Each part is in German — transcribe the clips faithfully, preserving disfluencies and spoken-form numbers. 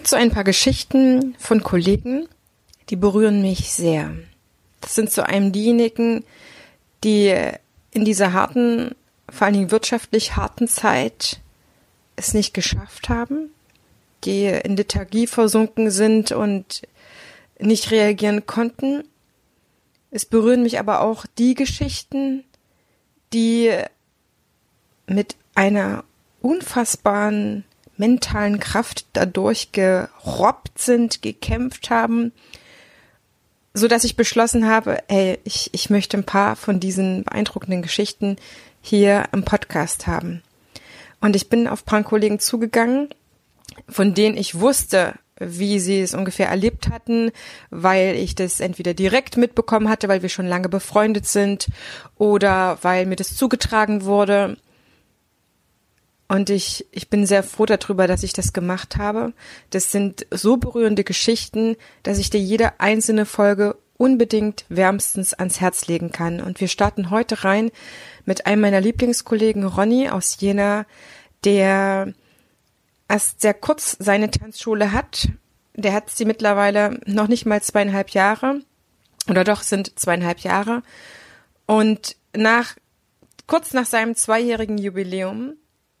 gibt so ein paar Geschichten von Kollegen, die berühren mich sehr. Das sind so einem diejenigen, die in dieser harten, vor allen Dingen wirtschaftlich harten Zeit es nicht geschafft haben, die in Lethargie versunken sind und nicht reagieren konnten. Es berühren mich aber auch die Geschichten, die mit einer unfassbaren mentalen Kraft dadurch gerobbt sind, gekämpft haben, so dass ich beschlossen habe, ey, ich, ich möchte ein paar von diesen beeindruckenden Geschichten hier im Podcast haben. Und ich bin auf ein paar Kollegen zugegangen, von denen ich wusste, wie sie es ungefähr erlebt hatten, weil ich das entweder direkt mitbekommen hatte, weil wir schon lange befreundet sind, oder weil mir das zugetragen wurde. Und ich, ich bin sehr froh darüber, dass ich das gemacht habe. Das sind so berührende Geschichten, dass ich dir jede einzelne Folge unbedingt wärmstens ans Herz legen kann. Und wir starten heute rein mit einem meiner Lieblingskollegen, Ronny aus Jena, der erst sehr kurz seine Tanzschule hat. Der hat sie mittlerweile noch nicht mal zweieinhalb Jahre. Oder doch, sind zweieinhalb Jahre. Und nach, kurz nach seinem zweijährigen Jubiläum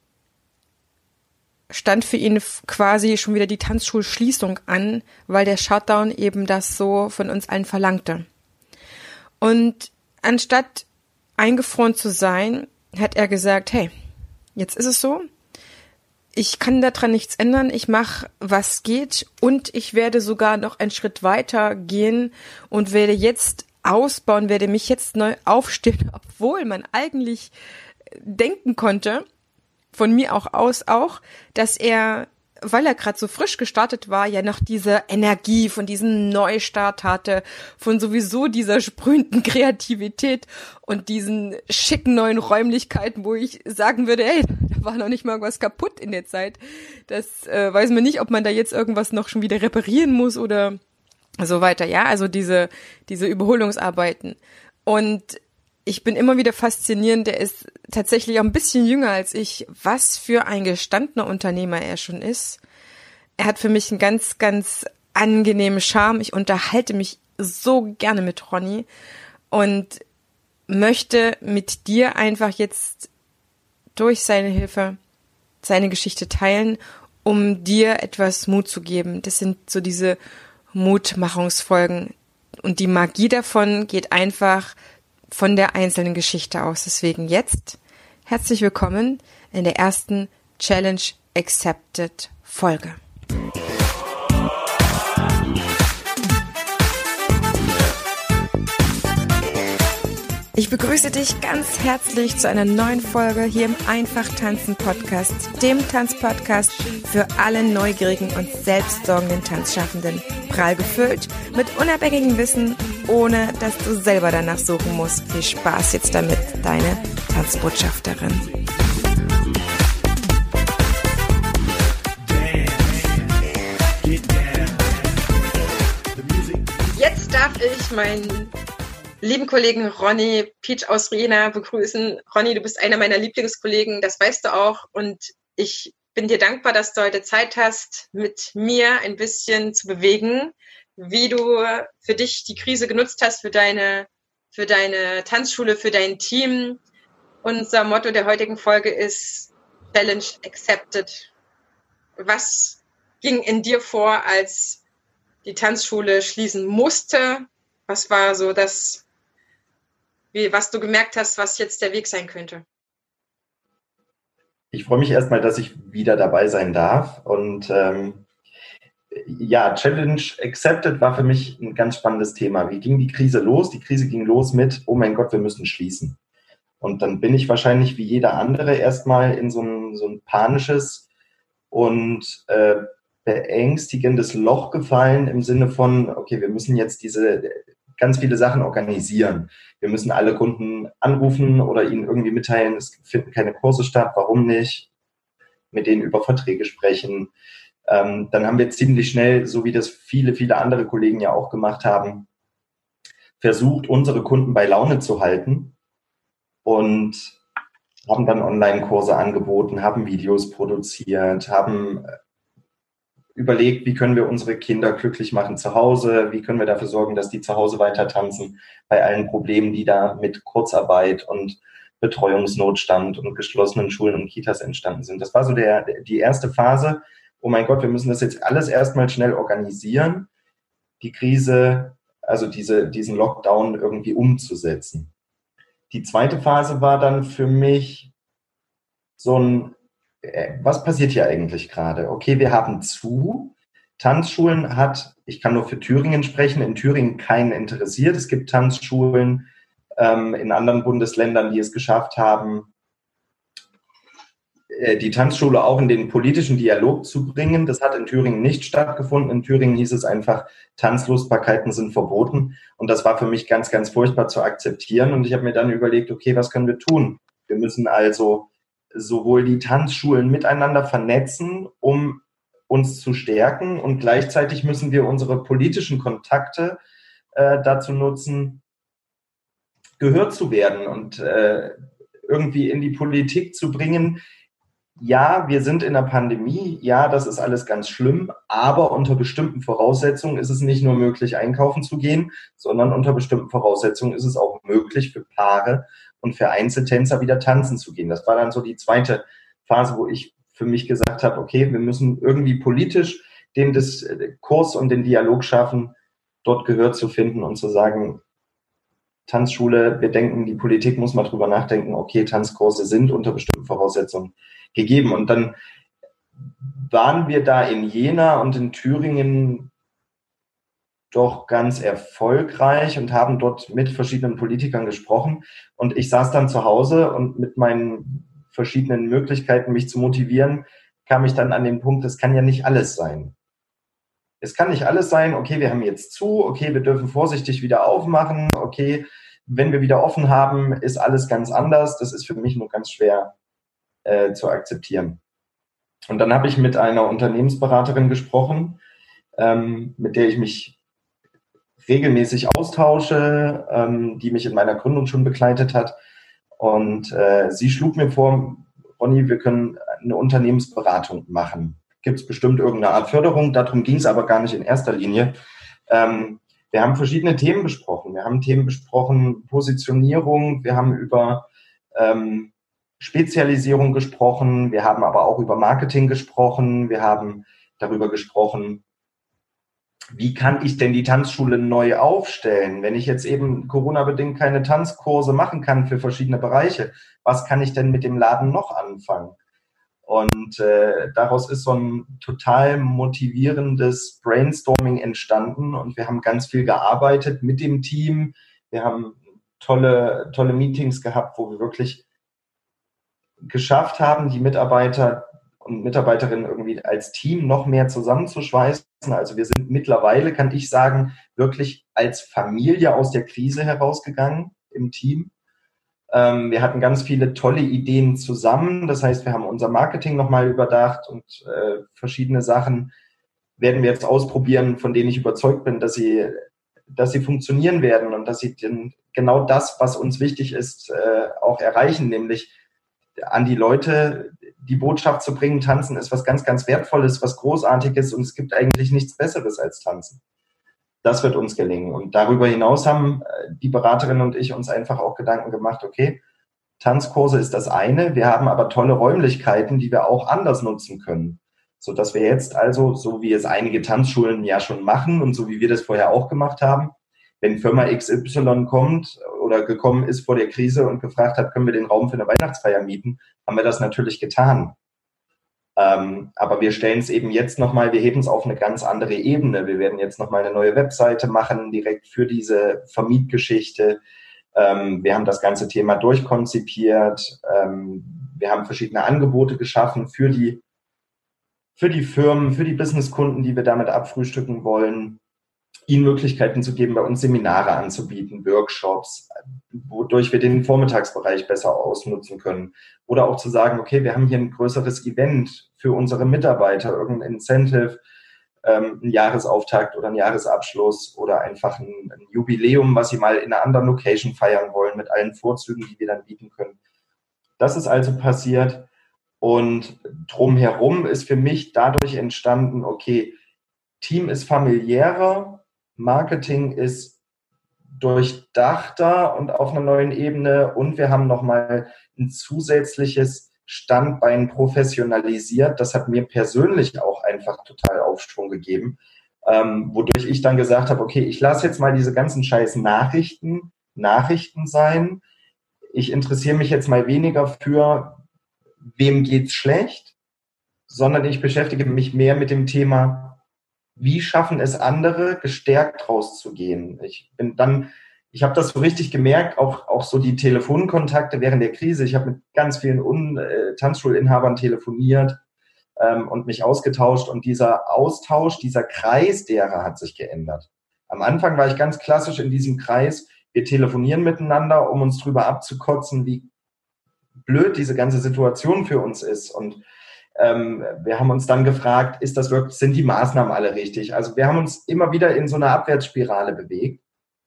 stand für ihn quasi schon wieder die Tanzschulschließung an, weil der Shutdown eben das so von uns allen verlangte. Und anstatt eingefroren zu sein, hat er gesagt, hey, jetzt ist es so, ich kann daran nichts ändern, ich mache, was geht, und ich werde sogar noch einen Schritt weiter gehen und werde jetzt ausbauen, werde mich jetzt neu aufstellen, obwohl man eigentlich denken konnte, von mir auch aus auch, dass er, weil er gerade so frisch gestartet war, ja noch diese Energie von diesem Neustart hatte, von sowieso dieser sprühenden Kreativität und diesen schicken neuen Räumlichkeiten, wo ich sagen würde, hey, da war noch nicht mal was kaputt in der Zeit. Das äh, weiß man nicht, ob man da jetzt irgendwas noch schon wieder reparieren muss oder so weiter. Ja, also diese diese Überholungsarbeiten. Und ich bin immer wieder fasziniert, der ist tatsächlich auch ein bisschen jünger als ich, was für ein gestandener Unternehmer er schon ist. Er hat für mich einen ganz, ganz angenehmen Charme. Ich unterhalte mich so gerne mit Ronny und möchte mit dir einfach jetzt durch seine Hilfe seine Geschichte teilen, um dir etwas Mut zu geben. Das sind so diese Mutmachungsfolgen. Und die Magie davon geht einfach von der einzelnen Geschichte aus. Deswegen jetzt herzlich willkommen in der ersten Challenge Accepted Folge. Ich begrüße dich ganz herzlich zu einer neuen Folge hier im Einfach Tanzen Podcast, dem Tanzpodcast für alle neugierigen und selbstsorgenden Tanzschaffenden. Prall gefüllt mit unabhängigem Wissen, ohne dass du selber danach suchen musst. Viel Spaß jetzt damit, deine Tanzbotschafterin. Jetzt darf ich meinen lieben Kollegen Ronny Peach aus Jena begrüßen. Ronny, du bist einer meiner Lieblingskollegen, das weißt du auch. Und ich bin dir dankbar, dass du heute Zeit hast, mit mir ein bisschen zu bewegen, wie du für dich die Krise genutzt hast, für deine, für deine Tanzschule, für dein Team. Unser Motto der heutigen Folge ist Challenge Accepted. Was ging in dir vor, als die Tanzschule schließen musste? Was war so das, wie, was du gemerkt hast, was jetzt der Weg sein könnte? Ich freue mich erstmal, dass ich wieder dabei sein darf. Und ähm, ja, Challenge Accepted war für mich ein ganz spannendes Thema. Wie ging die Krise los? Die Krise ging los mit, oh mein Gott, wir müssen schließen. Und dann bin ich wahrscheinlich wie jeder andere erstmal in so ein, so ein panisches und äh, beängstigendes Loch gefallen im Sinne von, okay, wir müssen jetzt diese ganz viele Sachen organisieren. Wir müssen alle Kunden anrufen oder ihnen irgendwie mitteilen, es finden keine Kurse statt, warum nicht, mit denen über Verträge sprechen. Ähm, dann haben wir ziemlich schnell, so wie das viele, viele andere Kollegen ja auch gemacht haben, versucht, unsere Kunden bei Laune zu halten und haben dann Online-Kurse angeboten, haben Videos produziert, haben überlegt, wie können wir unsere Kinder glücklich machen zu Hause, wie können wir dafür sorgen, dass die zu Hause weiter tanzen, bei allen Problemen, die da mit Kurzarbeit und Betreuungsnotstand und geschlossenen Schulen und Kitas entstanden sind. Das war so der, die erste Phase. Oh mein Gott, wir müssen das jetzt alles erstmal schnell organisieren, die Krise, also diese, diesen Lockdown irgendwie umzusetzen. Die zweite Phase war dann für mich so ein, was passiert hier eigentlich gerade? Okay, wir haben zu. Tanzschulen hat, ich kann nur für Thüringen sprechen, in Thüringen keinen interessiert. Es gibt Tanzschulen ähm, in anderen Bundesländern, die es geschafft haben, die Tanzschule auch in den politischen Dialog zu bringen. Das hat in Thüringen nicht stattgefunden. In Thüringen hieß es einfach, Tanzlustbarkeiten sind verboten. Und das war für mich ganz, ganz furchtbar zu akzeptieren. Und ich habe mir dann überlegt, okay, was können wir tun? Wir müssen also sowohl die Tanzschulen miteinander vernetzen, um uns zu stärken. Und gleichzeitig müssen wir unsere politischen Kontakte äh, dazu nutzen, gehört zu werden und äh, irgendwie in die Politik zu bringen. Ja, wir sind in der Pandemie, ja, das ist alles ganz schlimm, aber unter bestimmten Voraussetzungen ist es nicht nur möglich, einkaufen zu gehen, sondern unter bestimmten Voraussetzungen ist es auch möglich für Paare und für Einzeltänzer wieder tanzen zu gehen. Das war dann so die zweite Phase, wo ich für mich gesagt habe, okay, wir müssen irgendwie politisch den Diskurs und den Dialog schaffen, dort Gehör zu finden und zu sagen, Tanzschule, wir denken, die Politik muss mal drüber nachdenken, okay, Tanzkurse sind unter bestimmten Voraussetzungen gegeben. Und dann waren wir da in Jena und in Thüringen doch ganz erfolgreich und haben dort mit verschiedenen Politikern gesprochen. Und ich saß dann zu Hause und mit meinen verschiedenen Möglichkeiten, mich zu motivieren, kam ich dann an den Punkt, es kann ja nicht alles sein. Es kann nicht alles sein, okay, wir haben jetzt zu, okay, wir dürfen vorsichtig wieder aufmachen, okay, wenn wir wieder offen haben, ist alles ganz anders. Das ist für mich nur ganz schwer äh, zu akzeptieren. Und dann habe ich mit einer Unternehmensberaterin gesprochen, ähm, mit der ich mich regelmäßig austausche, ähm, die mich in meiner Gründung schon begleitet hat. Und äh, sie schlug mir vor, Ronny, wir können eine Unternehmensberatung machen. Gibt es bestimmt irgendeine Art Förderung, darum ging es aber gar nicht in erster Linie. Ähm, wir haben verschiedene Themen besprochen. Wir haben Themen besprochen, Positionierung, wir haben über ähm, Spezialisierung gesprochen, wir haben aber auch über Marketing gesprochen, wir haben darüber gesprochen, wie kann ich denn die Tanzschule neu aufstellen, wenn ich jetzt eben Corona-bedingt keine Tanzkurse machen kann für verschiedene Bereiche, was kann ich denn mit dem Laden noch anfangen? Und äh, daraus ist so ein total motivierendes Brainstorming entstanden und wir haben ganz viel gearbeitet mit dem Team. Wir haben tolle, tolle Meetings gehabt, wo wir wirklich geschafft haben, die Mitarbeiter und Mitarbeiterinnen irgendwie als Team noch mehr zusammenzuschweißen. Also wir sind mittlerweile, kann ich sagen, wirklich als Familie aus der Krise herausgegangen im Team. Ähm, wir hatten ganz viele tolle Ideen zusammen. Das heißt, wir haben unser Marketing nochmal überdacht und äh, verschiedene Sachen werden wir jetzt ausprobieren, von denen ich überzeugt bin, dass sie, dass sie funktionieren werden und dass sie den, genau das, was uns wichtig ist, äh, auch erreichen, nämlich an die Leute die Botschaft zu bringen, Tanzen ist was ganz, ganz Wertvolles, was Großartiges und es gibt eigentlich nichts Besseres als Tanzen. Das wird uns gelingen. Und darüber hinaus haben die Beraterin und ich uns einfach auch Gedanken gemacht, okay, Tanzkurse ist das eine, wir haben aber tolle Räumlichkeiten, die wir auch anders nutzen können. Sodass wir jetzt also, so wie es einige Tanzschulen ja schon machen und so wie wir das vorher auch gemacht haben, wenn Firma X Y kommt oder gekommen ist vor der Krise und gefragt hat, können wir den Raum für eine Weihnachtsfeier mieten, haben wir das natürlich getan. Ähm, aber wir stellen es eben jetzt nochmal, wir heben es auf eine ganz andere Ebene. Wir werden jetzt nochmal eine neue Webseite machen, direkt für diese Vermietgeschichte. Ähm, wir haben das ganze Thema durchkonzipiert. Ähm, wir haben verschiedene Angebote geschaffen für die, für die Firmen, für die Businesskunden, die wir damit abfrühstücken wollen, ihnen Möglichkeiten zu geben, bei uns Seminare anzubieten, Workshops, wodurch wir den Vormittagsbereich besser ausnutzen können. Oder auch zu sagen, okay, wir haben hier ein größeres Event für unsere Mitarbeiter, irgendein Incentive, ähm, ein Jahresauftakt oder ein Jahresabschluss oder einfach ein, ein Jubiläum, was sie mal in einer anderen Location feiern wollen, mit allen Vorzügen, die wir dann bieten können. Das ist also passiert. Und drumherum ist für mich dadurch entstanden, okay, Team ist familiärer, Marketing ist durchdachter und auf einer neuen Ebene und wir haben nochmal ein zusätzliches Standbein professionalisiert. Das hat mir persönlich auch einfach total Aufschwung gegeben, ähm, wodurch ich dann gesagt habe, okay, ich lasse jetzt mal diese ganzen scheiß Nachrichten Nachrichten sein. Ich interessiere mich jetzt mal weniger für, wem geht's schlecht, sondern ich beschäftige mich mehr mit dem Thema, wie schaffen es andere, gestärkt rauszugehen. Ich bin dann, ich habe das so richtig gemerkt, auch, auch so die Telefonkontakte während der Krise. Ich habe mit ganz vielen Un- äh, Tanzschulinhabern telefoniert ähm, und mich ausgetauscht und dieser Austausch, dieser Kreis derer hat sich geändert. Am Anfang war ich ganz klassisch in diesem Kreis, wir telefonieren miteinander, um uns drüber abzukotzen, wie blöd diese ganze Situation für uns ist. Und ähm, wir haben uns dann gefragt, ist das wirklich, sind die Maßnahmen alle richtig? Also wir haben uns immer wieder in so einer Abwärtsspirale bewegt.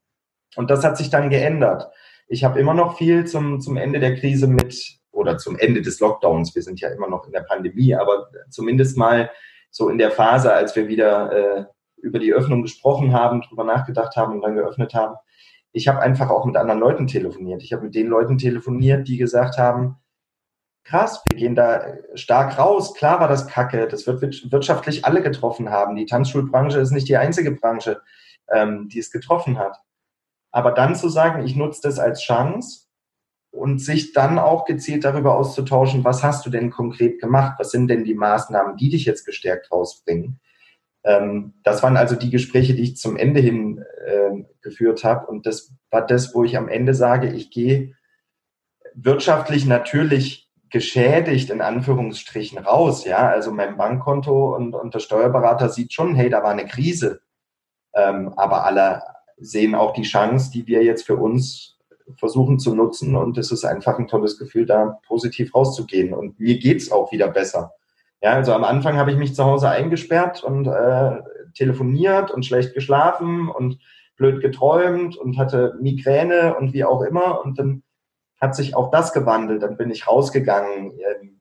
Und das hat sich dann geändert. Ich habe immer noch viel zum, zum Ende der Krise mit, oder zum Ende des Lockdowns, wir sind ja immer noch in der Pandemie, aber zumindest mal so in der Phase, als wir wieder äh, über die Öffnung gesprochen haben, drüber nachgedacht haben und dann geöffnet haben. Ich habe einfach auch mit anderen Leuten telefoniert. Ich habe mit den Leuten telefoniert, die gesagt haben, krass, wir gehen da stark raus. Klar war das Kacke, das wird wirtschaftlich alle getroffen haben. Die Tanzschulbranche ist nicht die einzige Branche, ähm, die es getroffen hat. Aber dann zu sagen, ich nutze das als Chance und sich dann auch gezielt darüber auszutauschen, was hast du denn konkret gemacht? Was sind denn die Maßnahmen, die dich jetzt gestärkt rausbringen? Ähm, das waren also die Gespräche, die ich zum Ende hin äh, geführt habe. Und das war das, wo ich am Ende sage, ich gehe wirtschaftlich natürlich geschädigt in Anführungsstrichen raus. Ja, also mein Bankkonto und, und der Steuerberater sieht schon, hey, da war eine Krise. Ähm, aber alle sehen auch die Chance, die wir jetzt für uns versuchen zu nutzen. Und es ist einfach ein tolles Gefühl, da positiv rauszugehen. Und mir geht's auch wieder besser. Ja, also am Anfang habe ich mich zu Hause eingesperrt und äh, telefoniert und schlecht geschlafen und blöd geträumt und hatte Migräne und wie auch immer. Und dann hat sich auch das gewandelt. Dann bin ich rausgegangen.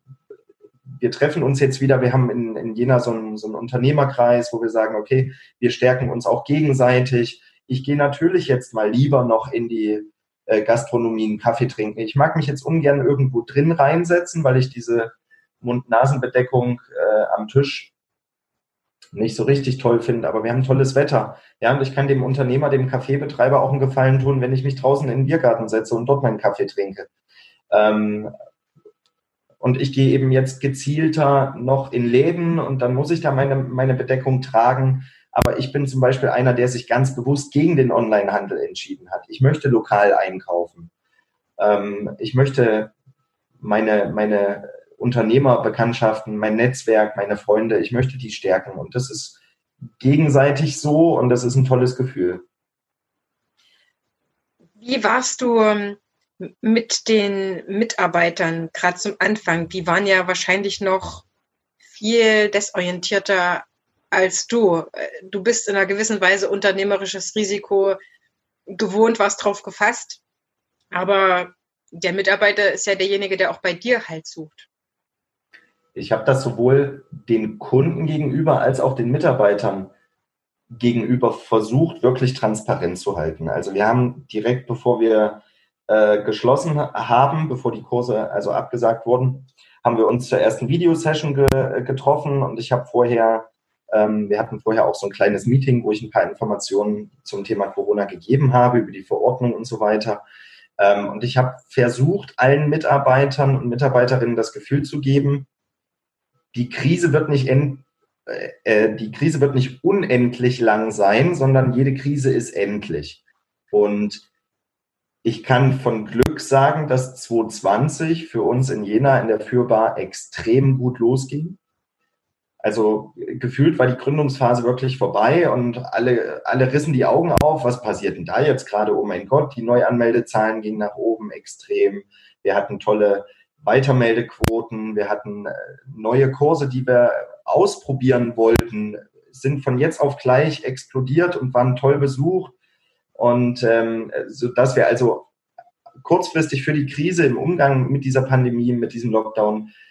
Wir treffen uns jetzt wieder. Wir haben in, in Jena so einen, so einen Unternehmerkreis, wo wir sagen, okay, wir stärken uns auch gegenseitig. Ich gehe natürlich jetzt mal lieber noch in die äh, Gastronomie einen Kaffee trinken. Ich mag mich jetzt ungern irgendwo drin reinsetzen, weil ich diese Mund-Nasen-Bedeckung äh, am Tisch nicht so richtig toll finde, aber wir haben tolles Wetter. Ja, und ich kann dem Unternehmer, dem Kaffeebetreiber auch einen Gefallen tun, wenn ich mich draußen in den Biergarten setze und dort meinen Kaffee trinke. Ähm, und ich gehe eben jetzt gezielter noch in Läden und dann muss ich da meine, meine Bedeckung tragen. Aber ich bin zum Beispiel einer, der sich ganz bewusst gegen den Onlinehandel entschieden hat. Ich möchte lokal einkaufen. Ähm, ich möchte meine, meine Unternehmerbekanntschaften, mein Netzwerk, meine Freunde, ich möchte die stärken. Und das ist gegenseitig so und das ist ein tolles Gefühl. Wie warst du mit den Mitarbeitern gerade zum Anfang? Die waren ja wahrscheinlich noch viel desorientierter als du. Du bist in einer gewissen Weise unternehmerisches Risiko gewohnt, warst drauf gefasst. Aber der Mitarbeiter ist ja derjenige, der auch bei dir halt sucht. Ich habe das sowohl den Kunden gegenüber als auch den Mitarbeitern gegenüber versucht, wirklich transparent zu halten. Also wir haben direkt, bevor wir äh, geschlossen haben, bevor die Kurse also abgesagt wurden, haben wir uns zur ersten Videosession ge- getroffen und ich habe vorher, ähm, wir hatten vorher auch so ein kleines Meeting, wo ich ein paar Informationen zum Thema Corona gegeben habe, über die Verordnung und so weiter. Ähm, und ich habe versucht, allen Mitarbeitern und Mitarbeiterinnen das Gefühl zu geben, die Krise wird nicht end, äh, die Krise wird nicht unendlich lang sein, sondern jede Krise ist endlich. Und ich kann von Glück sagen, dass zwanzig zwanzig für uns in Jena in der Fürbar extrem gut losging. Also gefühlt war die Gründungsphase wirklich vorbei und alle, alle rissen die Augen auf. Was passiert denn da jetzt gerade? Oh mein Gott, die Neuanmeldezahlen gingen nach oben extrem. Wir hatten tolle Weitermeldequoten, wir hatten neue Kurse, die wir ausprobieren wollten, sind von jetzt auf gleich explodiert und waren toll besucht. Und ähm, so dass wir also kurzfristig für die Krise im Umgang mit dieser Pandemie, mit diesem Lockdown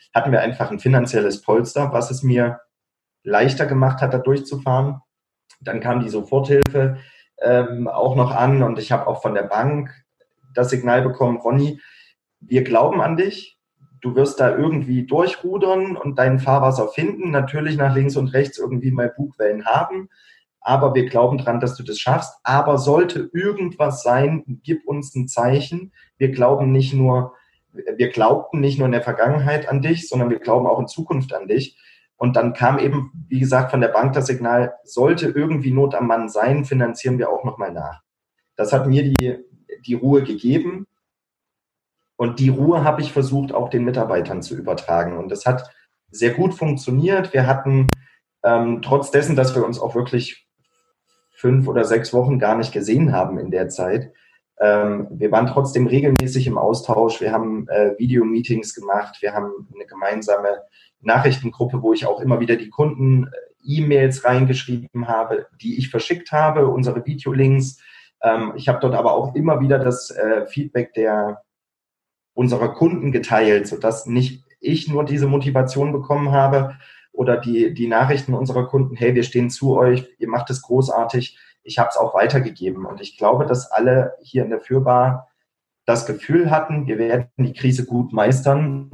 hatten wir einfach ein finanzielles Polster, was es mir leichter gemacht hat, da durchzufahren. Dann kam die Soforthilfe ähm, auch noch an und ich habe auch von der Bank das Signal bekommen, Ronny, wir glauben an dich, du wirst da irgendwie durchrudern und dein Fahrwasser finden, natürlich nach links und rechts irgendwie mal Bugwellen haben, aber wir glauben dran, dass du das schaffst. Aber sollte irgendwas sein, gib uns ein Zeichen. Wir glauben nicht nur, wir glaubten nicht nur in der Vergangenheit an dich, sondern wir glauben auch in Zukunft an dich. Und dann kam eben, wie gesagt, von der Bank das Signal, sollte irgendwie Not am Mann sein, finanzieren wir auch nochmal nach. Das hat mir die, die Ruhe gegeben. Und die Ruhe habe ich versucht, auch den Mitarbeitern zu übertragen. Und das hat sehr gut funktioniert. Wir hatten, ähm, trotz dessen, dass wir uns auch wirklich fünf oder sechs Wochen gar nicht gesehen haben in der Zeit, ähm, wir waren trotzdem regelmäßig im Austausch. Wir haben äh, Videomeetings gemacht. Wir haben eine gemeinsame Nachrichtengruppe, wo ich auch immer wieder die Kunden E-Mails reingeschrieben habe, die ich verschickt habe, unsere Videolinks. Ähm, ich habe dort aber auch immer wieder das äh, Feedback der unserer Kunden geteilt, sodass nicht ich nur diese Motivation bekommen habe oder die, die Nachrichten unserer Kunden, hey, wir stehen zu euch, ihr macht es großartig. Ich habe es auch weitergegeben. Und ich glaube, dass alle hier in der Fürbar das Gefühl hatten, wir werden die Krise gut meistern.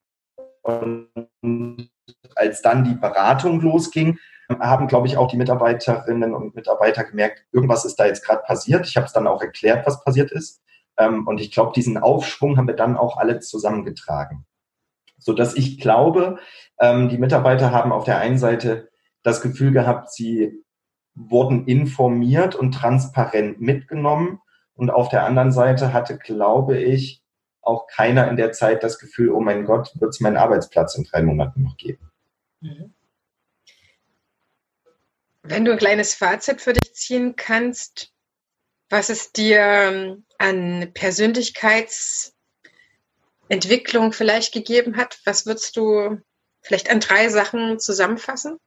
Und als dann die Beratung losging, haben, glaube ich, auch die Mitarbeiterinnen und Mitarbeiter gemerkt, irgendwas ist da jetzt gerade passiert. Ich habe es dann auch erklärt, was passiert ist. Und ich glaube, diesen Aufschwung haben wir dann auch alle zusammengetragen. Sodass ich glaube, die Mitarbeiter haben auf der einen Seite das Gefühl gehabt, sie wurden informiert und transparent mitgenommen. Und auf der anderen Seite hatte, glaube ich, auch keiner in der Zeit das Gefühl, oh mein Gott, wird es meinen Arbeitsplatz in drei Monaten noch geben. Wenn du ein kleines Fazit für dich ziehen kannst, was es dir an Persönlichkeitsentwicklung vielleicht gegeben hat, was würdest du vielleicht an drei Sachen zusammenfassen?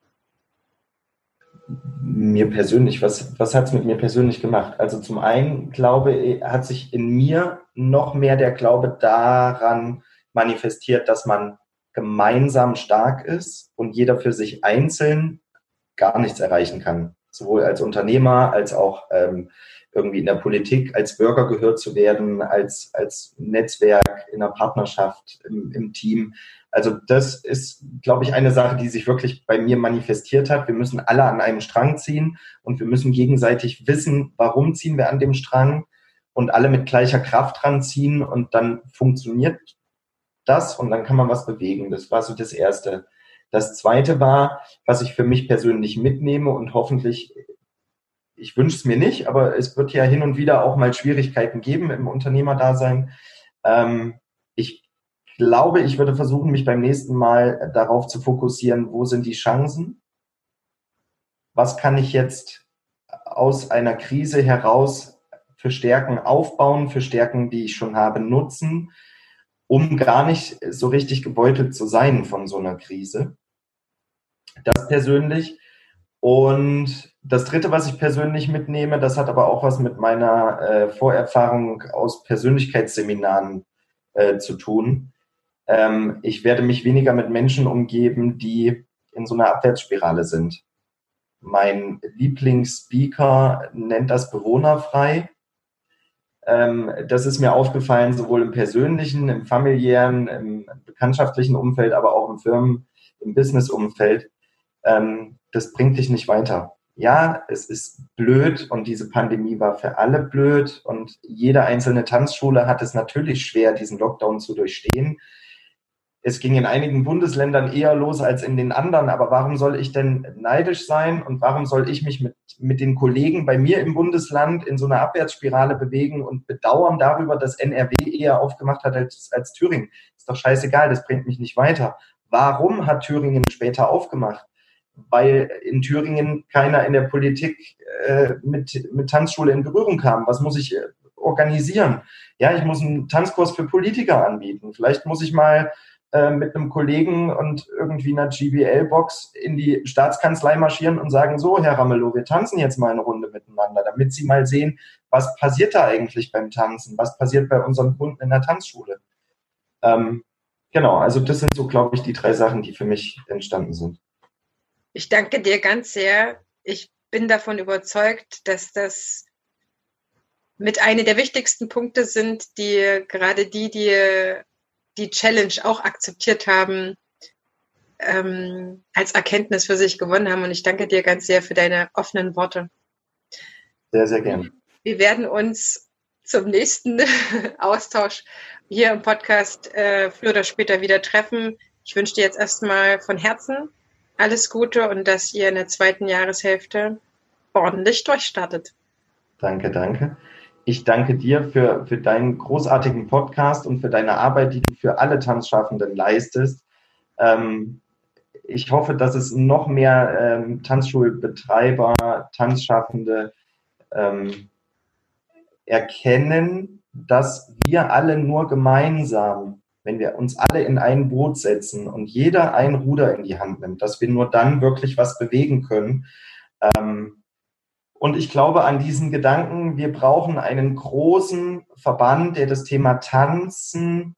Mir persönlich, was, was hat es mit mir persönlich gemacht? Also zum einen, glaube hat sich in mir noch mehr der Glaube daran manifestiert, dass man gemeinsam stark ist und jeder für sich einzeln gar nichts erreichen kann. Sowohl als Unternehmer, als auch ähm, irgendwie in der Politik, als Bürger gehört zu werden, als, als Netzwerk, in einer Partnerschaft, im, im Team. Also das ist, glaube ich, eine Sache, die sich wirklich bei mir manifestiert hat. Wir müssen alle an einem Strang ziehen und wir müssen gegenseitig wissen, warum ziehen wir an dem Strang und alle mit gleicher Kraft dran ziehen und dann funktioniert das und dann kann man was bewegen. Das war so das Erste. Das Zweite war, was ich für mich persönlich mitnehme und hoffentlich, ich wünsche es mir nicht, aber es wird ja hin und wieder auch mal Schwierigkeiten geben im Unternehmerdasein. Ähm, ich glaube, ich würde versuchen, mich beim nächsten Mal darauf zu fokussieren, wo sind die Chancen? Was kann ich jetzt aus einer Krise heraus für Stärken aufbauen, für Stärken, die ich schon habe, nutzen, um gar nicht so richtig gebeutelt zu sein von so einer Krise. Das persönlich. Und das Dritte, was ich persönlich mitnehme, das hat aber auch was mit meiner äh, Vorerfahrung aus Persönlichkeitsseminaren äh, zu tun. Ähm, ich werde mich weniger mit Menschen umgeben, die in so einer Abwärtsspirale sind. Mein Lieblingsspeaker nennt das bewohnerfrei. Ähm, das ist mir aufgefallen, sowohl im persönlichen, im familiären, im bekanntschaftlichen Umfeld, aber auch im Firmen-, im Business-Umfeld. Ähm, das bringt dich nicht weiter. Ja, es ist blöd und diese Pandemie war für alle blöd und jede einzelne Tanzschule hat es natürlich schwer, diesen Lockdown zu durchstehen. Es ging in einigen Bundesländern eher los als in den anderen, aber warum soll ich denn neidisch sein und warum soll ich mich mit, mit den Kollegen bei mir im Bundesland in so einer Abwärtsspirale bewegen und bedauern darüber, dass N R W eher aufgemacht hat als, als Thüringen? Ist doch scheißegal, das bringt mich nicht weiter. Warum hat Thüringen später aufgemacht? Weil in Thüringen keiner in der Politik äh, mit, mit Tanzschule in Berührung kam. Was muss ich äh, organisieren? Ja, ich muss einen Tanzkurs für Politiker anbieten. Vielleicht muss ich mal äh, mit einem Kollegen und irgendwie einer G B L-Box in die Staatskanzlei marschieren und sagen, so, Herr Ramelow, wir tanzen jetzt mal eine Runde miteinander, damit Sie mal sehen, was passiert da eigentlich beim Tanzen? Was passiert bei unseren Kunden in der Tanzschule? Ähm, Genau, also das sind so, glaube ich, die drei Sachen, die für mich entstanden sind. Ich danke dir ganz sehr. Ich bin davon überzeugt, dass das mit einer der wichtigsten Punkte sind, die gerade die, die die Challenge auch akzeptiert haben, ähm, als Erkenntnis für sich gewonnen haben. Und ich danke dir ganz sehr für deine offenen Worte. Sehr, sehr gerne. Wir werden uns zum nächsten Austausch hier im Podcast äh, früher oder später wieder treffen. Ich wünsche dir jetzt erstmal von Herzen alles Gute und dass ihr in der zweiten Jahreshälfte ordentlich durchstartet. Danke, danke. Ich danke dir für, für deinen großartigen Podcast und für deine Arbeit, die du für alle Tanzschaffenden leistest. Ähm, ich hoffe, dass es noch mehr ähm, Tanzschulbetreiber, Tanzschaffende ähm, erkennen, dass wir alle nur gemeinsam, wenn wir uns alle in ein Boot setzen und jeder ein Ruder in die Hand nimmt, dass wir nur dann wirklich was bewegen können. Ähm, und ich glaube an diesen Gedanken, wir brauchen einen großen Verband, der das Thema Tanzen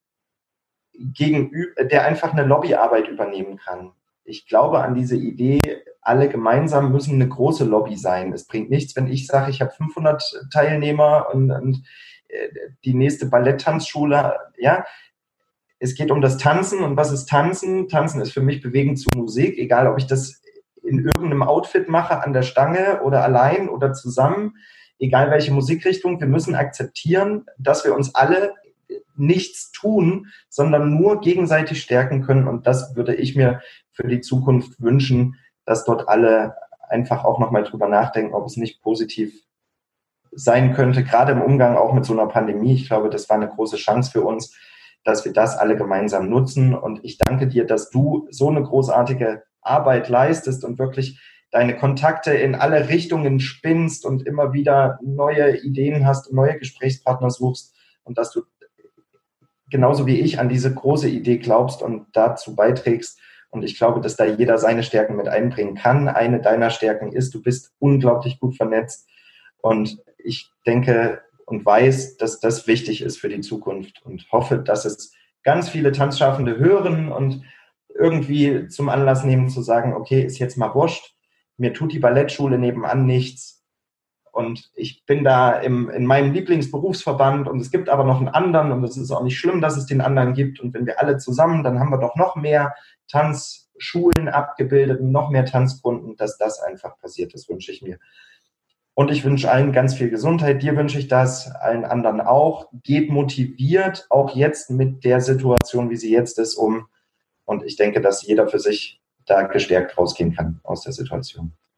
gegenüber, der einfach eine Lobbyarbeit übernehmen kann. Ich glaube an diese Idee, alle gemeinsam müssen eine große Lobby sein. Es bringt nichts, wenn ich sage, ich habe fünfhundert Teilnehmer und, und die nächste Balletttanzschule, ja. Es geht um das Tanzen und was ist Tanzen? Tanzen ist für mich Bewegen zu Musik, egal ob ich das in irgendeinem Outfit mache, an der Stange oder allein oder zusammen, egal welche Musikrichtung. Wir müssen akzeptieren, dass wir uns alle nichts tun, sondern nur gegenseitig stärken können. Und das würde ich mir für die Zukunft wünschen, dass dort alle einfach auch nochmal drüber nachdenken, ob es nicht positiv sein könnte, gerade im Umgang auch mit so einer Pandemie. Ich glaube, das war eine große Chance für uns, dass wir das alle gemeinsam nutzen. Und ich danke dir, dass du so eine großartige Arbeit leistest und wirklich deine Kontakte in alle Richtungen spinnst und immer wieder neue Ideen hast und neue Gesprächspartner suchst und dass du genauso wie ich an diese große Idee glaubst und dazu beiträgst. Und ich glaube, dass da jeder seine Stärken mit einbringen kann. Eine deiner Stärken ist, du bist unglaublich gut vernetzt. Und ich denke und weiß, dass das wichtig ist für die Zukunft und hoffe, dass es ganz viele Tanzschaffende hören und irgendwie zum Anlass nehmen zu sagen, okay, ist jetzt mal wurscht. Mir tut die Ballettschule nebenan nichts. Und ich bin da im, in meinem Lieblingsberufsverband und es gibt aber noch einen anderen und es ist auch nicht schlimm, dass es den anderen gibt. Und wenn wir alle zusammen, dann haben wir doch noch mehr Tanzschulen abgebildet und noch mehr Tanzkunden, dass das einfach passiert. Das wünsche ich mir. Und ich wünsche allen ganz viel Gesundheit. Dir wünsche ich das, allen anderen auch. Geht motiviert, auch jetzt mit der Situation, wie sie jetzt ist, um. Und ich denke, dass jeder für sich da gestärkt rausgehen kann aus der Situation.